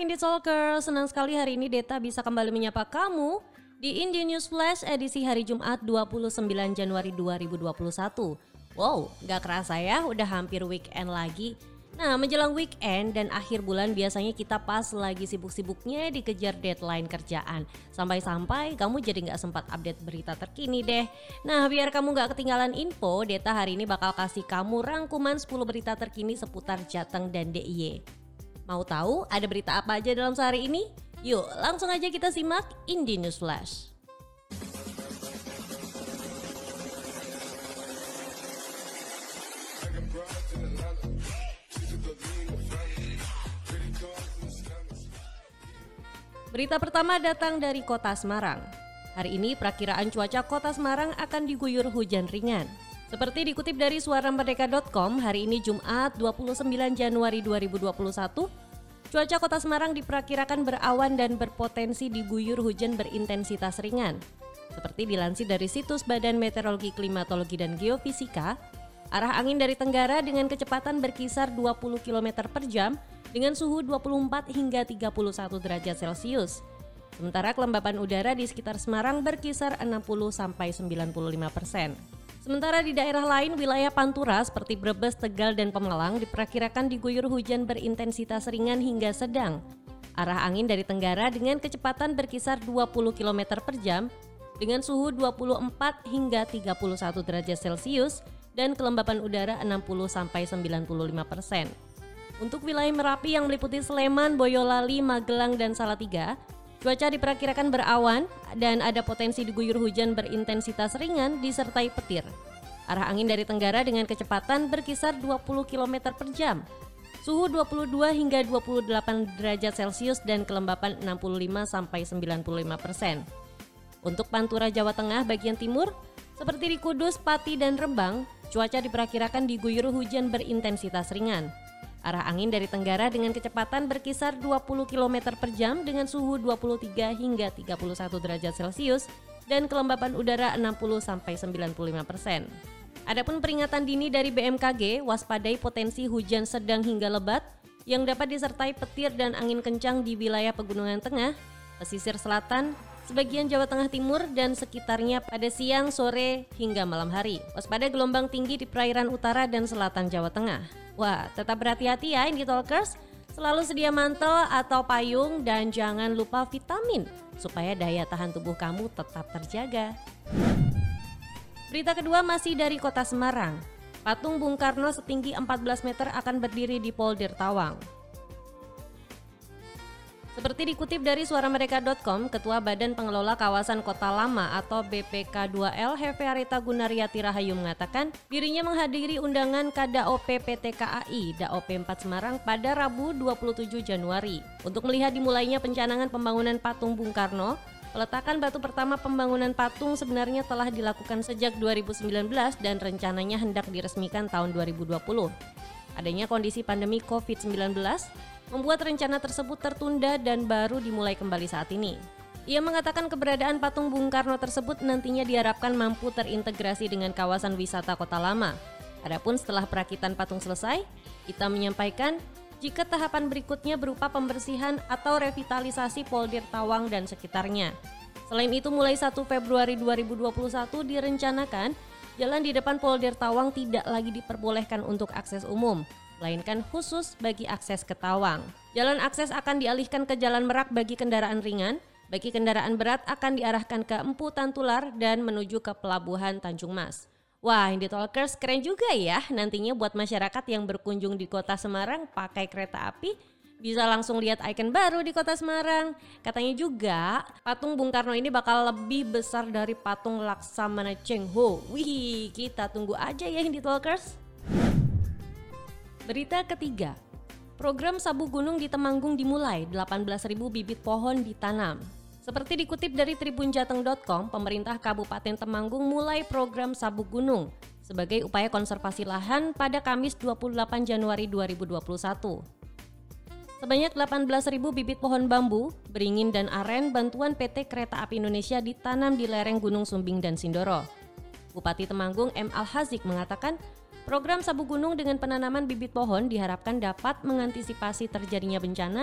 Indie Talker, senang sekali hari ini Deta bisa kembali menyapa kamu di Indie News Flash edisi hari Jumat 29 Januari 2021. Wow, gak kerasa ya udah hampir weekend lagi. Nah, menjelang weekend dan akhir bulan biasanya kita pas lagi sibuk-sibuknya dikejar deadline kerjaan. Sampai-sampai kamu jadi gak sempat update berita terkini deh. Nah, biar kamu gak ketinggalan info, Deta hari ini bakal kasih kamu rangkuman 10 berita terkini seputar Jateng dan DIY. Mau tahu ada berita apa aja dalam sehari ini? Yuk langsung aja kita simak Indie News Flash. Berita pertama datang dari Kota Semarang. Hari ini perakiraan cuaca Kota Semarang akan diguyur hujan ringan. Seperti dikutip dari suaramerdeka.com, hari ini Jumat 29 Januari 2021, cuaca Kota Semarang diperkirakan berawan dan berpotensi diguyur hujan berintensitas ringan. Seperti dilansir dari situs Badan Meteorologi, Klimatologi, dan Geofisika, arah angin dari tenggara dengan kecepatan berkisar 20 km per jam dengan suhu 24 hingga 31 derajat Celcius. Sementara kelembapan udara di sekitar Semarang berkisar 60-95%. Sementara di daerah lain wilayah Pantura seperti Brebes, Tegal, dan Pemalang diperkirakan diguyur hujan berintensitas ringan hingga sedang. Arah angin dari tenggara dengan kecepatan berkisar 20 km per jam dengan suhu 24 hingga 31 derajat Celcius dan kelembapan udara 60-95%. Untuk wilayah Merapi yang meliputi Sleman, Boyolali, Magelang, dan Salatiga, cuaca diperkirakan berawan dan ada potensi diguyur hujan berintensitas ringan disertai petir. Arah angin dari tenggara dengan kecepatan berkisar 20 km per jam. Suhu 22 hingga 28 derajat Celcius dan kelembapan 65-95%. Untuk Pantura Jawa Tengah bagian timur, seperti di Kudus, Pati, dan Rembang, cuaca diperkirakan diguyur hujan berintensitas ringan. Arah angin dari tenggara dengan kecepatan berkisar 20 km per jam dengan suhu 23 hingga 31 derajat Celcius dan kelembapan udara 60-95%. Adapun peringatan dini dari BMKG, waspadai potensi hujan sedang hingga lebat yang dapat disertai petir dan angin kencang di wilayah Pegunungan Tengah, pesisir selatan, sebagian Jawa Tengah Timur dan sekitarnya pada siang, sore, hingga malam hari. Waspada gelombang tinggi di perairan utara dan selatan Jawa Tengah. Wah, tetap berhati-hati ya Indie Talkers. Selalu sedia mantel atau payung dan jangan lupa vitamin supaya daya tahan tubuh kamu tetap terjaga. Berita kedua masih dari Kota Semarang. Patung Bung Karno setinggi 14 meter akan berdiri di Polder Tawang. Seperti dikutip dari suaramerdeka.com, Ketua Badan Pengelola Kawasan Kota Lama atau BPK2L Hefe Gunariyati Rahayu mengatakan dirinya menghadiri undangan KDAOP PT KAI DAOP 4 Semarang pada Rabu 27 Januari untuk melihat dimulainya pencanangan pembangunan patung Bung Karno. Peletakan batu pertama pembangunan patung sebenarnya telah dilakukan sejak 2019 dan rencananya hendak diresmikan tahun 2020. Adanya kondisi pandemi COVID-19 membuat rencana tersebut tertunda dan baru dimulai kembali saat ini. Ia mengatakan keberadaan patung Bung Karno tersebut nantinya diharapkan mampu terintegrasi dengan kawasan wisata Kota Lama. Adapun setelah perakitan patung selesai, Ita menyampaikan jika tahapan berikutnya berupa pembersihan atau revitalisasi Polder Tawang dan sekitarnya. Selain itu mulai 1 Februari 2021 direncanakan jalan di depan Polder Tawang tidak lagi diperbolehkan untuk akses umum, melainkan khusus bagi akses ke Tawang. Jalan akses akan dialihkan ke Jalan Merak bagi kendaraan ringan, bagi kendaraan berat akan diarahkan ke Empu Tantular dan menuju ke Pelabuhan Tanjung Mas. Wah, Indie Talkers keren juga ya, nantinya buat masyarakat yang berkunjung di Kota Semarang pakai kereta api, bisa langsung lihat ikon baru di Kota Semarang. Katanya juga patung Bung Karno ini bakal lebih besar dari patung Laksamana Cheng Ho. Wih, kita tunggu aja ya Indie Talkers. Berita ketiga, program Sabu Gunung di Temanggung dimulai, 18.000 bibit pohon ditanam. Seperti dikutip dari tribunjateng.com, pemerintah Kabupaten Temanggung mulai program Sabu Gunung sebagai upaya konservasi lahan pada Kamis 28 Januari 2021. Sebanyak 18.000 bibit pohon bambu, beringin, dan aren bantuan PT Kereta Api Indonesia ditanam di lereng Gunung Sumbing dan Sindoro. Bupati Temanggung M. Al-Hazik mengatakan, program Sabu Gunung dengan penanaman bibit pohon diharapkan dapat mengantisipasi terjadinya bencana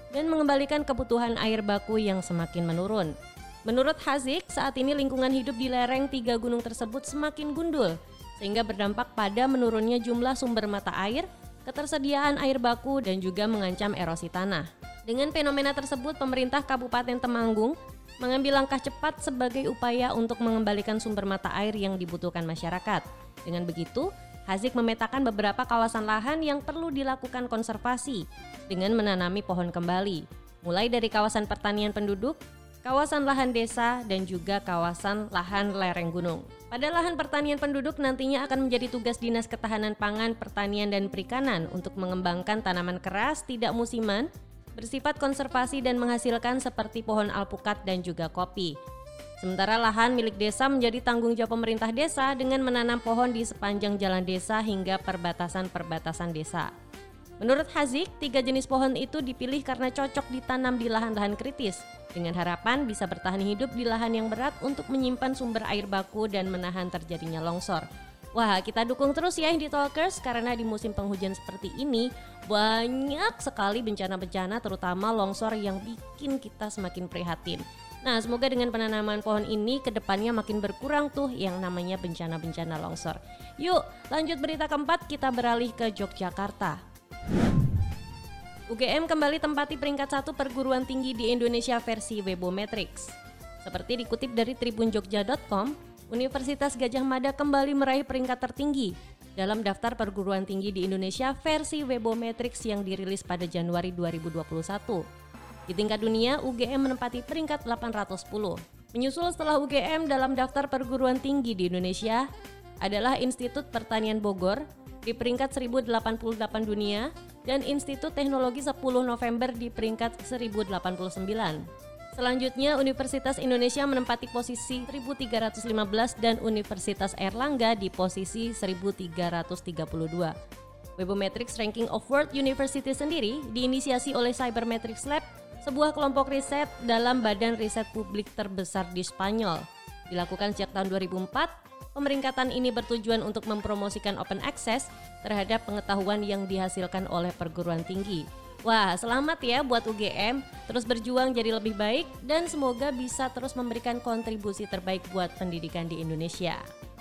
dan mengembalikan kebutuhan air baku yang semakin menurun. Menurut Haziq, saat ini lingkungan hidup di lereng 3 gunung tersebut semakin gundul, sehingga berdampak pada menurunnya jumlah sumber mata air, ketersediaan air baku, dan juga mengancam erosi tanah. Dengan fenomena tersebut, pemerintah Kabupaten Temanggung mengambil langkah cepat sebagai upaya untuk mengembalikan sumber mata air yang dibutuhkan masyarakat. Dengan begitu, Haziq memetakan beberapa kawasan lahan yang perlu dilakukan konservasi dengan menanami pohon kembali, mulai dari kawasan pertanian penduduk, kawasan lahan desa, dan juga kawasan lahan lereng gunung. Pada lahan pertanian penduduk nantinya akan menjadi tugas Dinas Ketahanan Pangan, Pertanian, dan Perikanan untuk mengembangkan tanaman keras tidak musiman, bersifat konservasi dan menghasilkan seperti pohon alpukat dan juga kopi. Sementara lahan milik desa menjadi tanggung jawab pemerintah desa dengan menanam pohon di sepanjang jalan desa hingga perbatasan-perbatasan desa. Menurut Haziq, 3 jenis pohon itu dipilih karena cocok ditanam di lahan-lahan kritis, dengan harapan bisa bertahan hidup di lahan yang berat untuk menyimpan sumber air baku dan menahan terjadinya longsor. Wah, kita dukung terus ya Indie Talkers, karena di musim penghujan seperti ini banyak sekali bencana-bencana, terutama longsor yang bikin kita semakin prihatin. Nah, semoga dengan penanaman pohon ini kedepannya makin berkurang tuh yang namanya bencana-bencana longsor. Yuk, lanjut berita keempat, kita beralih ke Yogyakarta. UGM kembali tempati peringkat 1 perguruan tinggi di Indonesia versi Webometrics. Seperti dikutip dari tribunjogja.com, Universitas Gadjah Mada kembali meraih peringkat tertinggi dalam daftar perguruan tinggi di Indonesia versi Webometrics yang dirilis pada Januari 2021. Di tingkat dunia, UGM menempati peringkat 810. Menyusul setelah UGM dalam daftar perguruan tinggi di Indonesia adalah Institut Pertanian Bogor di peringkat 1088 dunia dan Institut Teknologi 10 November di peringkat 1089. Selanjutnya, Universitas Indonesia menempati posisi 1315 dan Universitas Airlangga di posisi 1332. Webometrics Ranking of World University sendiri diinisiasi oleh Cybermetrics Lab, sebuah kelompok riset dalam badan riset publik terbesar di Spanyol. Dilakukan sejak tahun 2004, pemeringkatan ini bertujuan untuk mempromosikan open access terhadap pengetahuan yang dihasilkan oleh perguruan tinggi. Wah, selamat ya buat UGM, terus berjuang jadi lebih baik dan semoga bisa terus memberikan kontribusi terbaik buat pendidikan di Indonesia.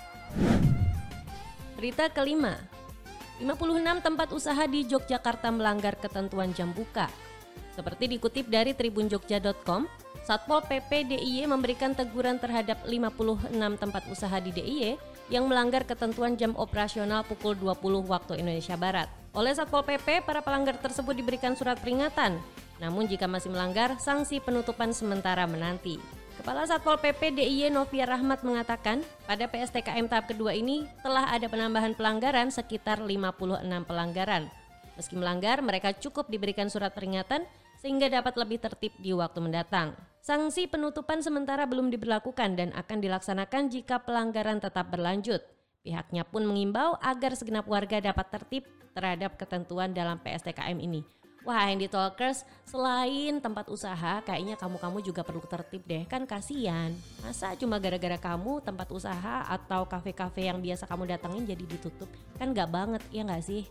Berita kelima, 56 tempat usaha di Yogyakarta melanggar ketentuan jam buka. Seperti dikutip dari tribunjogja.com, Satpol PP DIY memberikan teguran terhadap 56 tempat usaha di DIY yang melanggar ketentuan jam operasional pukul 20 waktu Indonesia Barat. Oleh Satpol PP, para pelanggar tersebut diberikan surat peringatan. Namun jika masih melanggar, sanksi penutupan sementara menanti. Kepala Satpol PP DIY Novia Rahmat mengatakan, pada PSTKM tahap kedua ini telah ada penambahan pelanggaran sekitar 56 pelanggaran. Meski melanggar, mereka cukup diberikan surat peringatan sehingga dapat lebih tertib di waktu mendatang. Sanksi penutupan sementara belum diberlakukan dan akan dilaksanakan jika pelanggaran tetap berlanjut. Pihaknya pun mengimbau agar segenap warga dapat tertib terhadap ketentuan dalam PSTKM ini. Wah, Indie Talkers, selain tempat usaha, kayaknya kamu juga perlu tertib deh, kan kasihan. Masa cuma gara-gara kamu tempat usaha atau kafe-kafe yang biasa kamu datangin jadi ditutup? Kan gak banget, ya gak sih?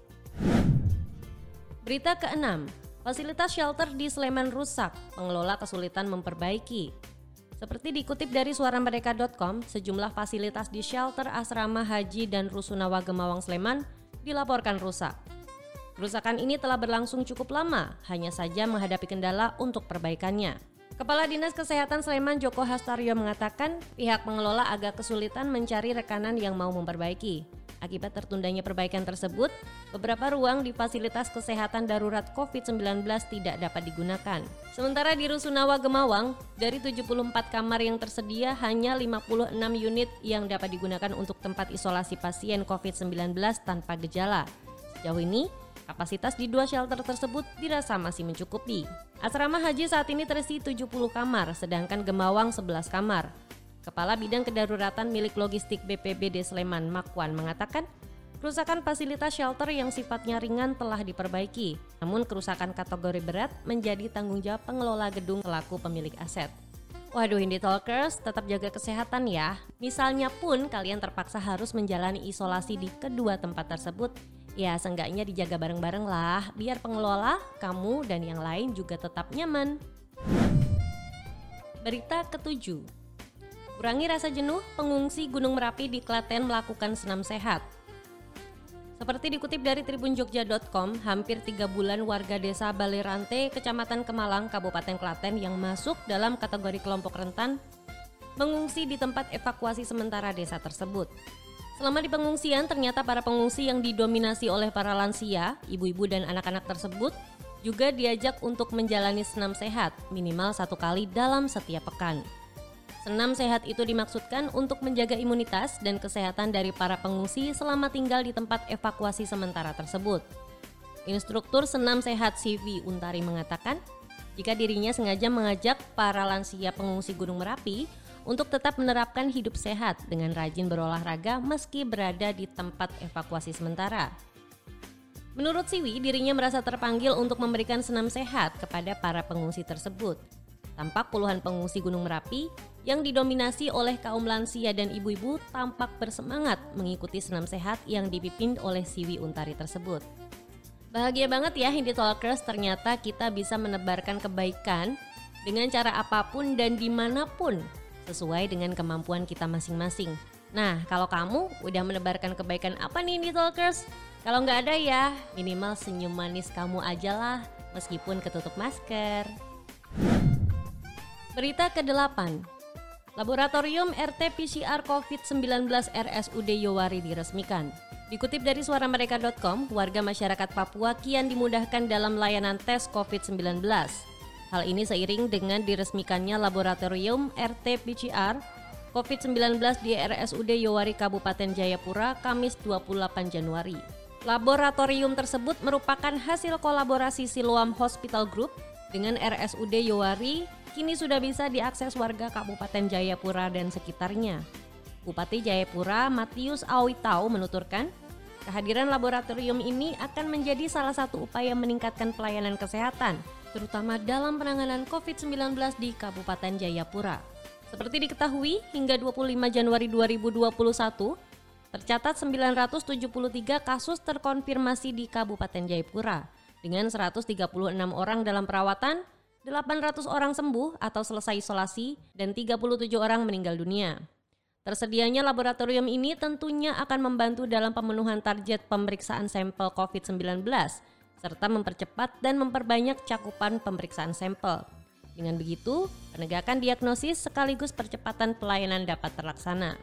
Berita keenam, fasilitas shelter di Sleman rusak, pengelola kesulitan memperbaiki. Seperti dikutip dari suaramerdeka.com, sejumlah fasilitas di shelter asrama haji dan Rusunawa Gemawang Sleman dilaporkan rusak. Kerusakan ini telah berlangsung cukup lama, hanya saja menghadapi kendala untuk perbaikannya. Kepala Dinas Kesehatan Sleman Joko Hastaryo mengatakan pihak pengelola agak kesulitan mencari rekanan yang mau memperbaiki. Akibat tertundanya perbaikan tersebut, beberapa ruang di fasilitas kesehatan darurat COVID-19 tidak dapat digunakan. Sementara di Rusunawa Gemawang, dari 74 kamar yang tersedia, hanya 56 unit yang dapat digunakan untuk tempat isolasi pasien COVID-19 tanpa gejala. Sejauh ini, kapasitas di 2 shelter tersebut dirasa masih mencukupi. Asrama haji saat ini terisi 70 kamar, sedangkan Gemawang 11 kamar. Kepala Bidang Kedaruratan milik Logistik BPBD Sleman, Makwan, mengatakan kerusakan fasilitas shelter yang sifatnya ringan telah diperbaiki. Namun kerusakan kategori berat menjadi tanggung jawab pengelola gedung selaku pemilik aset. Waduh Indie Talkers, tetap jaga kesehatan ya. Misalnya pun kalian terpaksa harus menjalani isolasi di kedua tempat tersebut, ya seenggaknya dijaga bareng-bareng lah, biar pengelola, kamu dan yang lain juga tetap nyaman. Berita ketujuh, kurangi rasa jenuh, pengungsi Gunung Merapi di Klaten melakukan senam sehat. Seperti dikutip dari tribunjogja.com, hampir 3 bulan warga desa Balerante, Kecamatan Kemalang, Kabupaten Klaten yang masuk dalam kategori kelompok rentan mengungsi di tempat evakuasi sementara desa tersebut. Selama di pengungsian, ternyata para pengungsi yang didominasi oleh para lansia, ibu-ibu dan anak-anak tersebut juga diajak untuk menjalani senam sehat minimal 1 kali dalam setiap pekan. Senam sehat itu dimaksudkan untuk menjaga imunitas dan kesehatan dari para pengungsi selama tinggal di tempat evakuasi sementara tersebut. Instruktur senam sehat CV Untari mengatakan, jika dirinya sengaja mengajak para lansia pengungsi Gunung Merapi untuk tetap menerapkan hidup sehat dengan rajin berolahraga meski berada di tempat evakuasi sementara. Menurut Siwi, dirinya merasa terpanggil untuk memberikan senam sehat kepada para pengungsi tersebut. Tampak puluhan pengungsi Gunung Merapi yang didominasi oleh kaum lansia dan ibu-ibu tampak bersemangat mengikuti senam sehat yang dipimpin oleh Siwi Untari tersebut. Bahagia banget ya Indie Talkers, ternyata kita bisa menebarkan kebaikan dengan cara apapun dan dimanapun sesuai dengan kemampuan kita masing-masing. Nah, kalau kamu udah menebarkan kebaikan apa nih Indie Talkers? Kalau nggak ada ya, minimal senyum manis kamu aja lah meskipun ketutup masker. Berita ke-8, Laboratorium RT-PCR COVID-19 RSUD Yowari diresmikan. Dikutip dari suaramerdeka.com, warga masyarakat Papua kian dimudahkan dalam layanan tes COVID-19. Hal ini seiring dengan diresmikannya Laboratorium RT-PCR COVID-19 di RSUD Yowari Kabupaten Jayapura, Kamis 28 Januari. Laboratorium tersebut merupakan hasil kolaborasi Siloam Hospital Group dengan RSUD Yowari, kini sudah bisa diakses warga Kabupaten Jayapura dan sekitarnya. Bupati Jayapura Matius Awitau menuturkan, kehadiran laboratorium ini akan menjadi salah satu upaya meningkatkan pelayanan kesehatan, terutama dalam penanganan COVID-19 di Kabupaten Jayapura. Seperti diketahui, hingga 25 Januari 2021, tercatat 973 kasus terkonfirmasi di Kabupaten Jayapura, dengan 136 orang dalam perawatan, 800 orang sembuh atau selesai isolasi, dan 37 orang meninggal dunia. Tersedianya laboratorium ini tentunya akan membantu dalam pemenuhan target pemeriksaan sampel COVID-19, serta mempercepat dan memperbanyak cakupan pemeriksaan sampel. Dengan begitu, penegakan diagnosis sekaligus percepatan pelayanan dapat terlaksana.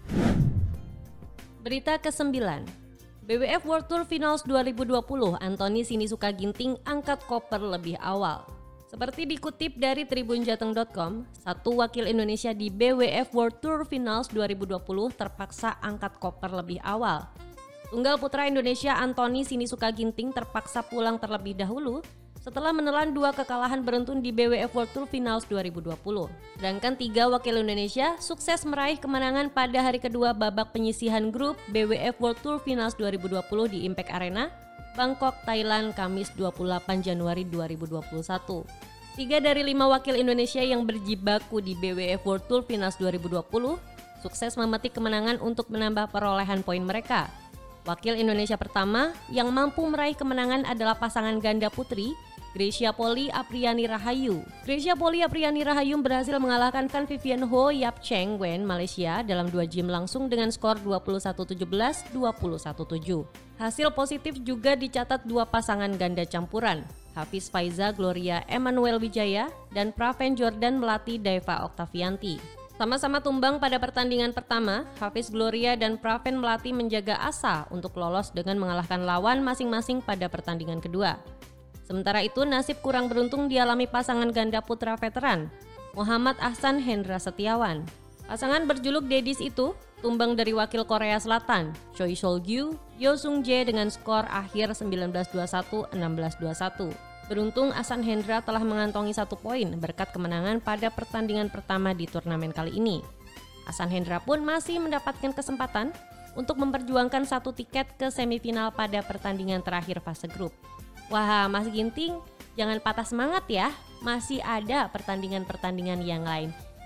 Berita ke-9, BWF World Tour Finals 2020, Anthony Sinisuka Ginting angkat koper lebih awal. Seperti dikutip dari tribunjateng.com, satu wakil Indonesia di BWF World Tour Finals 2020 terpaksa angkat koper lebih awal. Tunggal putra Indonesia Anthony Sinisuka Ginting terpaksa pulang terlebih dahulu setelah menelan 2 kekalahan beruntun di BWF World Tour Finals 2020. Sedangkan 3 wakil Indonesia sukses meraih kemenangan pada hari kedua babak penyisihan grup BWF World Tour Finals 2020 di Impact Arena, Bangkok, Thailand, Kamis 28 Januari 2021. 3 dari 5 wakil Indonesia yang berjibaku di BWF World Tour Finals 2020 sukses memetik kemenangan untuk menambah perolehan poin mereka. Wakil Indonesia pertama yang mampu meraih kemenangan adalah pasangan ganda putri Grecia Poli Apriani Rahayu. Grecia Poli Apriani Rahayu berhasil mengalahkan Van Vivian Ho Yap Cheng Wen Malaysia dalam 2 game langsung dengan skor 21-17, 21-7. Hasil positif juga dicatat 2 pasangan ganda campuran, Hafiz Faiza Gloria Emmanuel Wijaya dan Praven Jordan Melati Daeva Oktavianti. Sama-sama tumbang pada pertandingan pertama, Hafiz Gloria dan Praven Melati menjaga asa untuk lolos dengan mengalahkan lawan masing-masing pada pertandingan kedua. Sementara itu, nasib kurang beruntung dialami pasangan ganda putra veteran, Muhammad Ahsan Hendra Setiawan. Pasangan berjuluk Dedis itu tumbang dari wakil Korea Selatan, Choi Sol-gyu, Yo Sung-jae dengan skor akhir 19-21, 16-21. Beruntung Ahsan Hendra telah mengantongi 1 poin berkat kemenangan pada pertandingan pertama di turnamen kali ini. Ahsan Hendra pun masih mendapatkan kesempatan untuk memperjuangkan 1 tiket ke semifinal pada pertandingan terakhir fase grup. Wah, Mas Ginting, jangan patah semangat ya, masih ada pertandingan-pertandingan yang lain.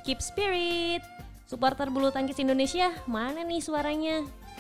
keep spirit. Supporter bulu tangkis Indonesia, mana nih suaranya?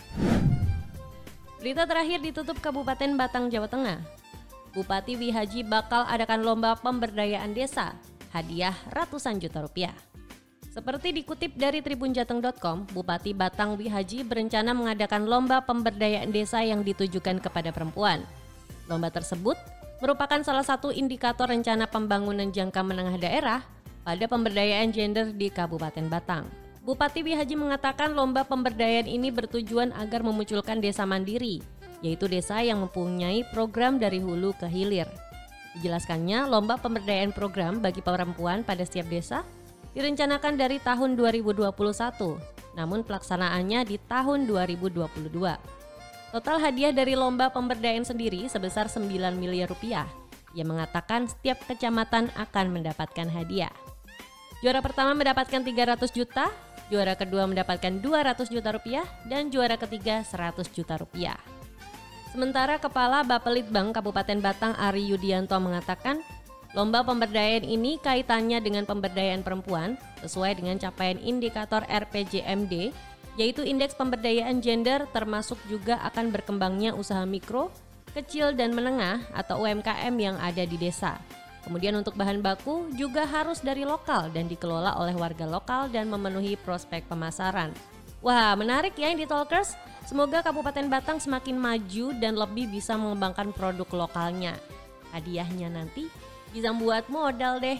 Berita terakhir ditutup Kabupaten Batang, Jawa Tengah. Bupati Wihaji bakal adakan lomba pemberdayaan desa, hadiah ratusan juta rupiah. Seperti dikutip dari tribunjateng.com, Bupati Batang Wihaji berencana mengadakan lomba pemberdayaan desa yang ditujukan kepada perempuan. Lomba tersebut merupakan salah satu indikator rencana pembangunan jangka menengah daerah pada pemberdayaan gender di Kabupaten Batang. Bupati Wihaji mengatakan lomba pemberdayaan ini bertujuan agar memunculkan desa mandiri, yaitu desa yang mempunyai program dari hulu ke hilir. Dijelaskannya, lomba pemberdayaan program bagi perempuan pada setiap desa direncanakan dari tahun 2021, namun pelaksanaannya di tahun 2022. Total hadiah dari lomba pemberdayaan sendiri sebesar 9 miliar rupiah. Ia mengatakan setiap kecamatan akan mendapatkan hadiah. Juara pertama mendapatkan 300 juta, juara kedua mendapatkan 200 juta rupiah, dan juara ketiga 100 juta rupiah. Sementara Kepala Bapelitbang Kabupaten Batang Ari Yudianto mengatakan, lomba pemberdayaan ini kaitannya dengan pemberdayaan perempuan sesuai dengan capaian indikator RPJMD, yaitu Indeks Pemberdayaan Gender, termasuk juga akan berkembangnya usaha mikro, kecil dan menengah atau UMKM yang ada di desa. Kemudian untuk bahan baku juga harus dari lokal dan dikelola oleh warga lokal dan memenuhi prospek pemasaran. Wah, menarik ya Indie Talkers. Semoga Kabupaten Batang semakin maju dan lebih bisa mengembangkan produk lokalnya. Hadiahnya nanti bisa buat modal deh.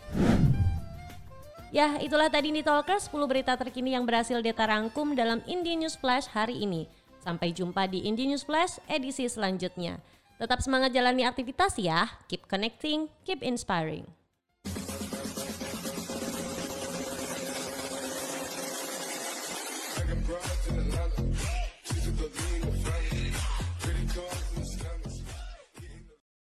Ya, itulah tadi Indie Talkers 10 berita terkini yang berhasil Deta rangkum dalam Indie News Flash hari ini. Sampai jumpa di Indie News Flash edisi selanjutnya. Tetap semangat jalani aktivitas ya. Keep connecting, keep inspiring.